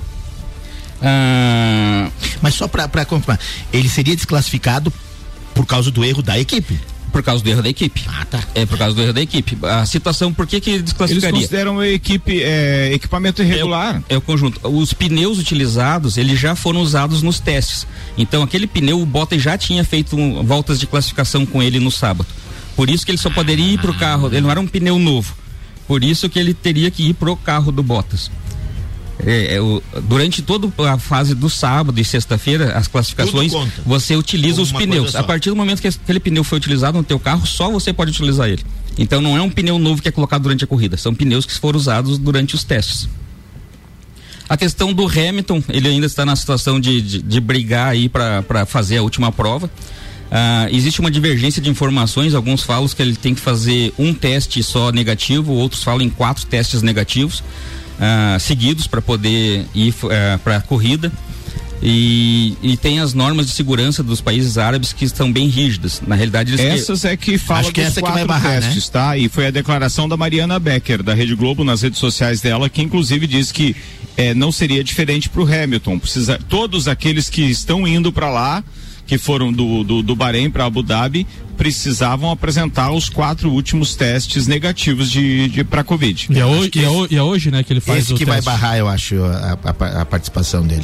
Mas só pra confirmar, ele seria desclassificado por causa do erro da equipe? Por causa do erro da equipe. Tá. É por causa do erro da equipe. A situação, por que desclassificaria? Eles consideram a equipe equipamento irregular. É o conjunto. Os pneus utilizados, eles já foram usados nos testes. Então aquele pneu, o Bottas já tinha feito voltas de classificação com ele no sábado. Por isso que ele só poderia ir pro carro, ele não era um pneu novo. Por isso que ele teria que ir pro carro do Bottas. Durante toda a fase do sábado e sexta-feira, as classificações, você utiliza os pneus. A partir do momento que aquele pneu foi utilizado no teu carro, só você pode utilizar ele. Então não é um pneu novo que é colocado durante a corrida, são pneus que foram usados durante os testes. A questão do Hamilton, ele ainda está na situação de brigar aí para fazer a última prova. Existe uma divergência de informações, alguns falam que ele tem que fazer um teste só negativo, outros falam em 4 testes negativos seguidos para poder ir para a corrida. E tem as normas de segurança dos países árabes que estão bem rígidas. Na realidade, essas é que falam dos 4 testes, né? Tá? E foi a declaração da Mariana Becker, da Rede Globo, nas redes sociais dela, que inclusive diz que não seria diferente para o Hamilton. Todos aqueles que estão indo para lá, que foram do Bahrein para Abu Dhabi, precisavam apresentar os 4 últimos testes negativos para Covid. E é hoje, né, que ele faz esse que vai barrar, eu acho, a participação dele.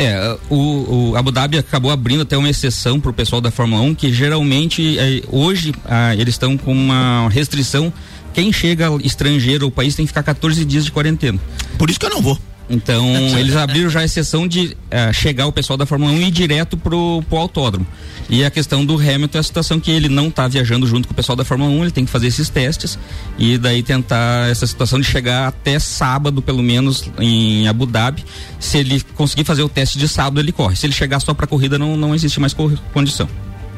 O Abu Dhabi acabou abrindo até uma exceção para o pessoal da Fórmula 1, que geralmente hoje eles estão com uma restrição. Quem chega estrangeiro ao país tem que ficar 14 dias de quarentena. Por isso que eu não vou. Então, eles abriram já a exceção de chegar o pessoal da Fórmula 1 e ir direto pro autódromo. E a questão do Hamilton é a situação que ele não está viajando junto com o pessoal da Fórmula 1, ele tem que fazer esses testes e daí tentar essa situação de chegar até sábado, pelo menos, em Abu Dhabi. Se ele conseguir fazer o teste de sábado, ele corre. Se ele chegar só pra corrida, não existe mais condição.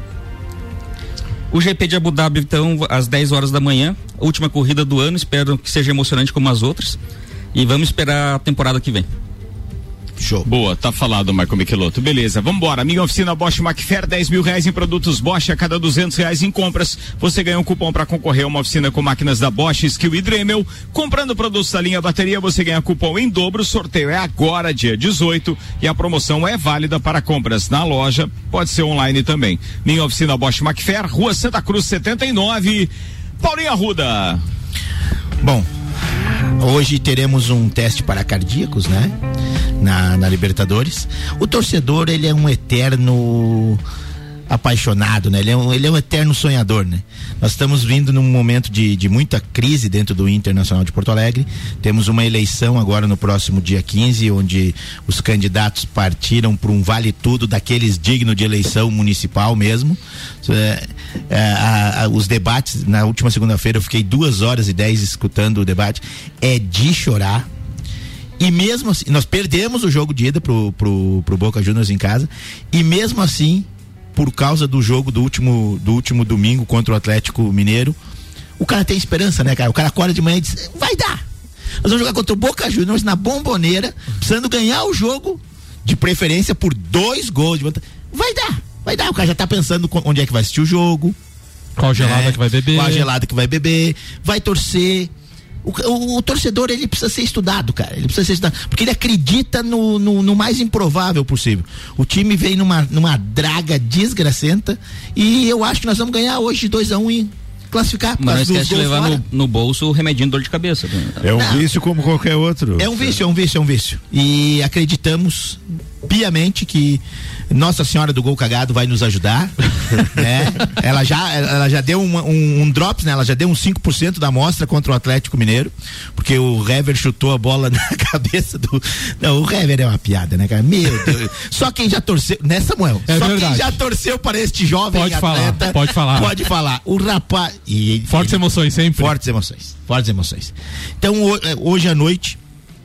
O GP de Abu Dhabi, então, às 10 horas da manhã, última corrida do ano, espero que seja emocionante como as outras. E vamos esperar a temporada que vem. Show. Boa, tá falado, Marco Michelotto. Beleza, vambora. Minha oficina Bosch Macfair, R$10 mil em produtos Bosch. A cada R$200 em compras, você ganha um cupom para concorrer a uma oficina com máquinas da Bosch, Skill e Dremel. Comprando produtos da linha bateria, você ganha cupom em dobro. O sorteio é agora, dia 18, e a promoção é válida para compras na loja, pode ser online também. Minha oficina Bosch Macfair, Rua Santa Cruz 79. Paulinho Arruda. Bom, hoje teremos um teste para cardíacos, né? Na Libertadores. O torcedor, ele é um eterno apaixonado, né? Ele é um eterno sonhador, né? Nós estamos vindo num momento de muita crise dentro do Internacional de Porto Alegre. Temos uma eleição agora no próximo dia 15, onde os candidatos partiram por um vale tudo daqueles dignos de eleição municipal mesmo. Os debates, na última segunda-feira eu fiquei 2h10 escutando o debate, é de chorar. E mesmo assim, nós perdemos o jogo de ida pro Boca Juniors em casa, e mesmo assim, por causa do jogo do último domingo contra o Atlético Mineiro, o cara tem esperança, né, cara? O cara acorda de manhã e diz, vai dar! Nós vamos jogar contra o Boca Juniors na Bombonera, precisando ganhar o jogo, de preferência por 2 gols. Vai dar! O cara já tá pensando onde é que vai assistir o jogo. Qual gelada que vai beber. Qual gelada que vai beber, vai torcer. O torcedor, ele precisa ser estudado, cara. Ele precisa ser estudado, porque ele acredita no mais improvável possível. O time vem numa draga desgracenta, e eu acho que nós vamos ganhar hoje de 2-1 e classificar. Mas não esquece de levar no bolso o remedinho de dor de cabeça. É um vício como qualquer outro. É um vício. E acreditamos piamente que Nossa Senhora do Gol Cagado vai nos ajudar, né? Ela já deu um drops, né? Ela já deu uns 5% da amostra contra o Atlético Mineiro, porque o Hever chutou a bola na cabeça do... Não, o Hever é uma piada, né, cara? Meu Deus. Só quem já torceu, né, Samuel? É só verdade. Quem já torceu para este jovem atleta. Pode falar. O rapaz... Fortes emoções sempre. Fortes emoções. Então, hoje à noite,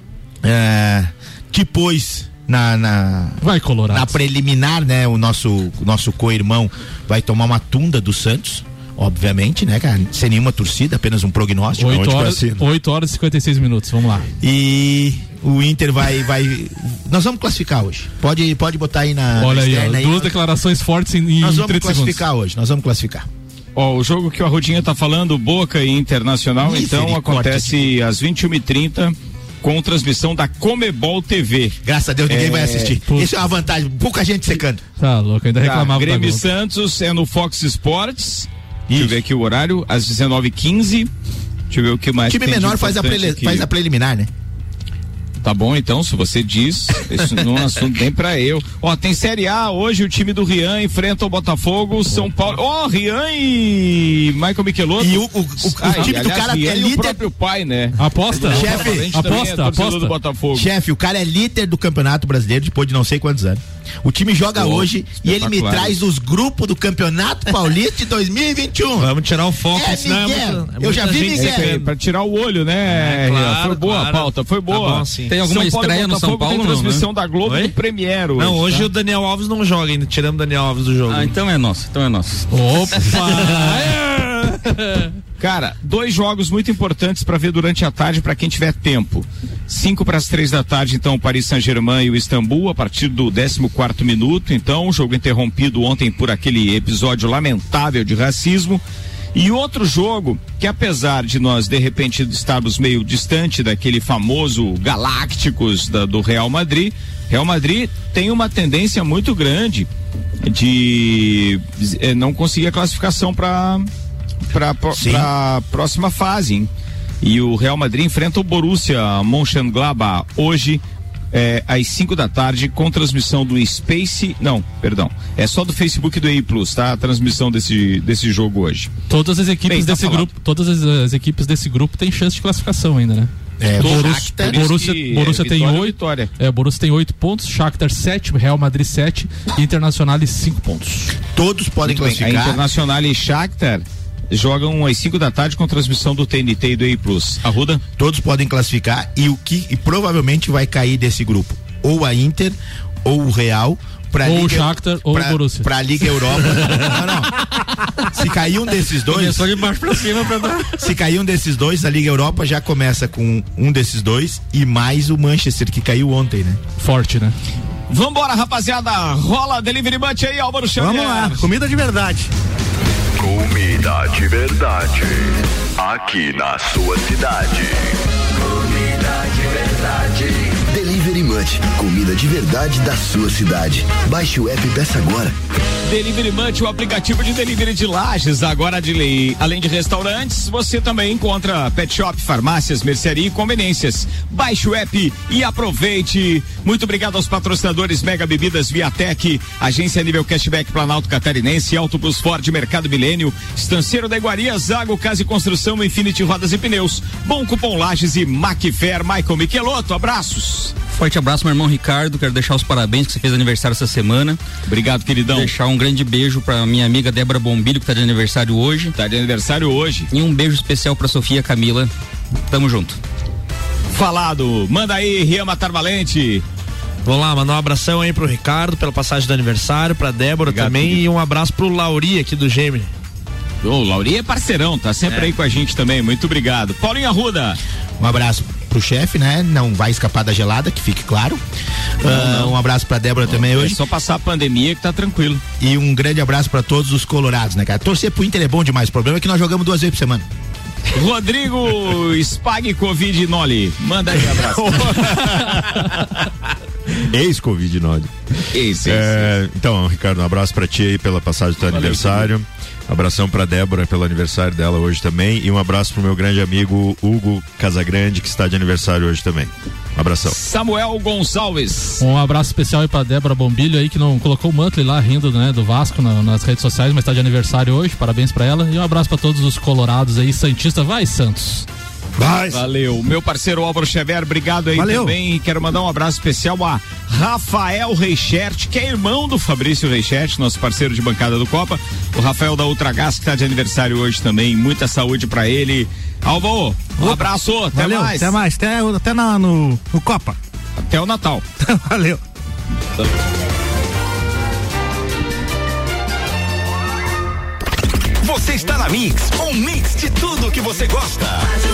depois... Vai Colorado. Na preliminar, né? O nosso co-irmão vai tomar uma tunda do Santos, obviamente, né, cara? Sem nenhuma torcida, apenas um prognóstico. 8 horas e 56 minutos, vamos lá. E o Inter vai nós vamos classificar hoje. Pode botar aí na... Olha aí, 2 declarações fortes em 30 segundos. Nós vamos classificar. O jogo que o Arrudinha tá falando, Boca e Internacional, então acontece às 21h30, com transmissão da Comebol TV. Graças a Deus ninguém vai assistir. Isso é uma vantagem, pouca gente secando. Tá louco, ainda reclamava. Grêmio e Santos é no Fox Sports. Deixa eu ver aqui o horário, às 19h15. Deixa eu ver o que mais. O time menor faz a preliminar, né? Tá bom, então, se você diz, isso não é assunto nem pra eu. Tem Série A, hoje o time do Rian enfrenta o Botafogo, São Paulo. Rian e Michael Michelotto. E o time do cara Rian é líder. O próprio pai, né? Aposta? Chefe, aposta. Do Botafogo. Chefe, o cara é líder do Campeonato Brasileiro depois de não sei quantos anos. O time joga hoje e ele me traz os grupos do Campeonato Paulista de 2021. Vamos tirar o foco. Eu já vi Miguel. Pra tirar o olho, né? Claro, foi boa a pauta, foi boa. Tá bom, sim. Tem alguma estreia no São Paulo? Tem transmissão da Globo no Premiere. Não, hoje o Daniel Alves não joga ainda. Tiramos o Daniel Alves do jogo. Então é nosso. Opa! Cara, 2 jogos muito importantes para ver durante a tarde para quem tiver tempo. 2:55 da tarde, então, o Paris Saint-Germain e o Istambul, a partir do 14º minuto. Então, o jogo interrompido ontem por aquele episódio lamentável de racismo. E outro jogo que, apesar de nós de repente estarmos meio distante daquele famoso Galácticos do Real Madrid tem uma tendência muito grande de não conseguir a classificação para a próxima fase, hein? E o Real Madrid enfrenta o Borussia Mönchengladbach hoje às 5 da tarde, com transmissão do Space. Não, perdão. É só do Facebook do EI Plus, tá? A transmissão desse jogo hoje. Todas as equipes desse grupo têm chance de classificação ainda, né? Borussia tem 8. Borussia tem 8 pontos, Shakhtar 7, Real Madrid 7 e Internacional 5 pontos. Todos podem classificar. A Internacional e Shakhtar jogam às 5 da tarde com transmissão do TNT e do EI Plus. Arruda? Todos podem classificar e provavelmente vai cair desse grupo ou a Inter ou o Real. Ou o Shakhtar ou o Borussia. Pra Liga Europa. Não. Se cair um desses dois. Começou de baixo pra cima pra dar. Se cair um desses dois, a Liga Europa já começa com um desses dois e mais o Manchester que caiu ontem, né? Forte, né? Vambora, rapaziada. Rola Delivery Munch aí, Álvaro Xavier. Vamos lá, comida de verdade. Comida de verdade. Aqui na sua cidade. Comida de verdade. Delivery Munch, comida de verdade da sua cidade. Baixe o app e peça agora. Delivery Munch, o aplicativo de delivery de Lages, agora além de restaurantes, você também encontra pet shop, farmácias, mercearia e conveniências. Baixe o app e aproveite. Muito obrigado aos patrocinadores Mega Bebidas, Viatec, Agência Nível Cashback Planalto Catarinense, Auto Plus Ford, Mercado Milênio, Estanceiro da Iguaria, Zago Casa e Construção, Infinity Rodas e Pneus, Bom Cupom Lages e Macfair. Michael Michelotto, abraços. Forte abraço, meu irmão Ricardo. Quero deixar os parabéns que você fez aniversário essa semana. Obrigado, queridão. Deixar um grande beijo pra minha amiga Débora Bombilho, que tá de aniversário hoje. Tá de aniversário hoje. E um beijo especial pra Sofia Camila. Tamo junto. Falado. Manda aí, Rian Matar Valente. Vamos lá, mandar um abração aí pro Ricardo pela passagem do aniversário, pra Débora obrigado, também, querido. E um abraço pro Lauri aqui do Gemini. O Lauri é parceirão, tá sempre aí com a gente também, muito obrigado. Paulinho Arruda. Um abraço pro chefe, né? Não vai escapar da gelada, que fique claro. Um abraço pra Débora também hoje. É só passar a pandemia que tá tranquilo. E um grande abraço pra todos os colorados, né, cara? Torcer pro Inter é bom demais, o problema é que nós jogamos 2 vezes por semana. Rodrigo Spag Covid Noli, manda aí abraço. Ex-Covid Noli. Então, Ricardo, um abraço pra ti aí pela passagem do teu aniversário. Filho. Abração pra Débora pelo aniversário dela hoje também e um abraço pro meu grande amigo Hugo Casagrande, que está de aniversário hoje também. Um abração. Samuel Gonçalves. Um abraço especial aí pra Débora Bombilho aí, que não colocou o Mantley lá rindo, né, do Vasco nas redes sociais, mas tá de aniversário hoje, parabéns pra ela. E um abraço pra todos os colorados aí, Santista, vai Santos. Valeu, meu parceiro Álvaro Xavier, obrigado aí. Valeu. Também. E quero mandar um abraço especial a Rafael Reichert, que é irmão do Fabrício Reichert, nosso parceiro de bancada do Copa. O Rafael da Ultragás, que tá de aniversário hoje também. Muita saúde pra ele. Álvaro, um abraço, até Valeu, mais. Até mais, até no Copa. Até o Natal. Valeu. Você está na Mix, um mix de tudo que você gosta.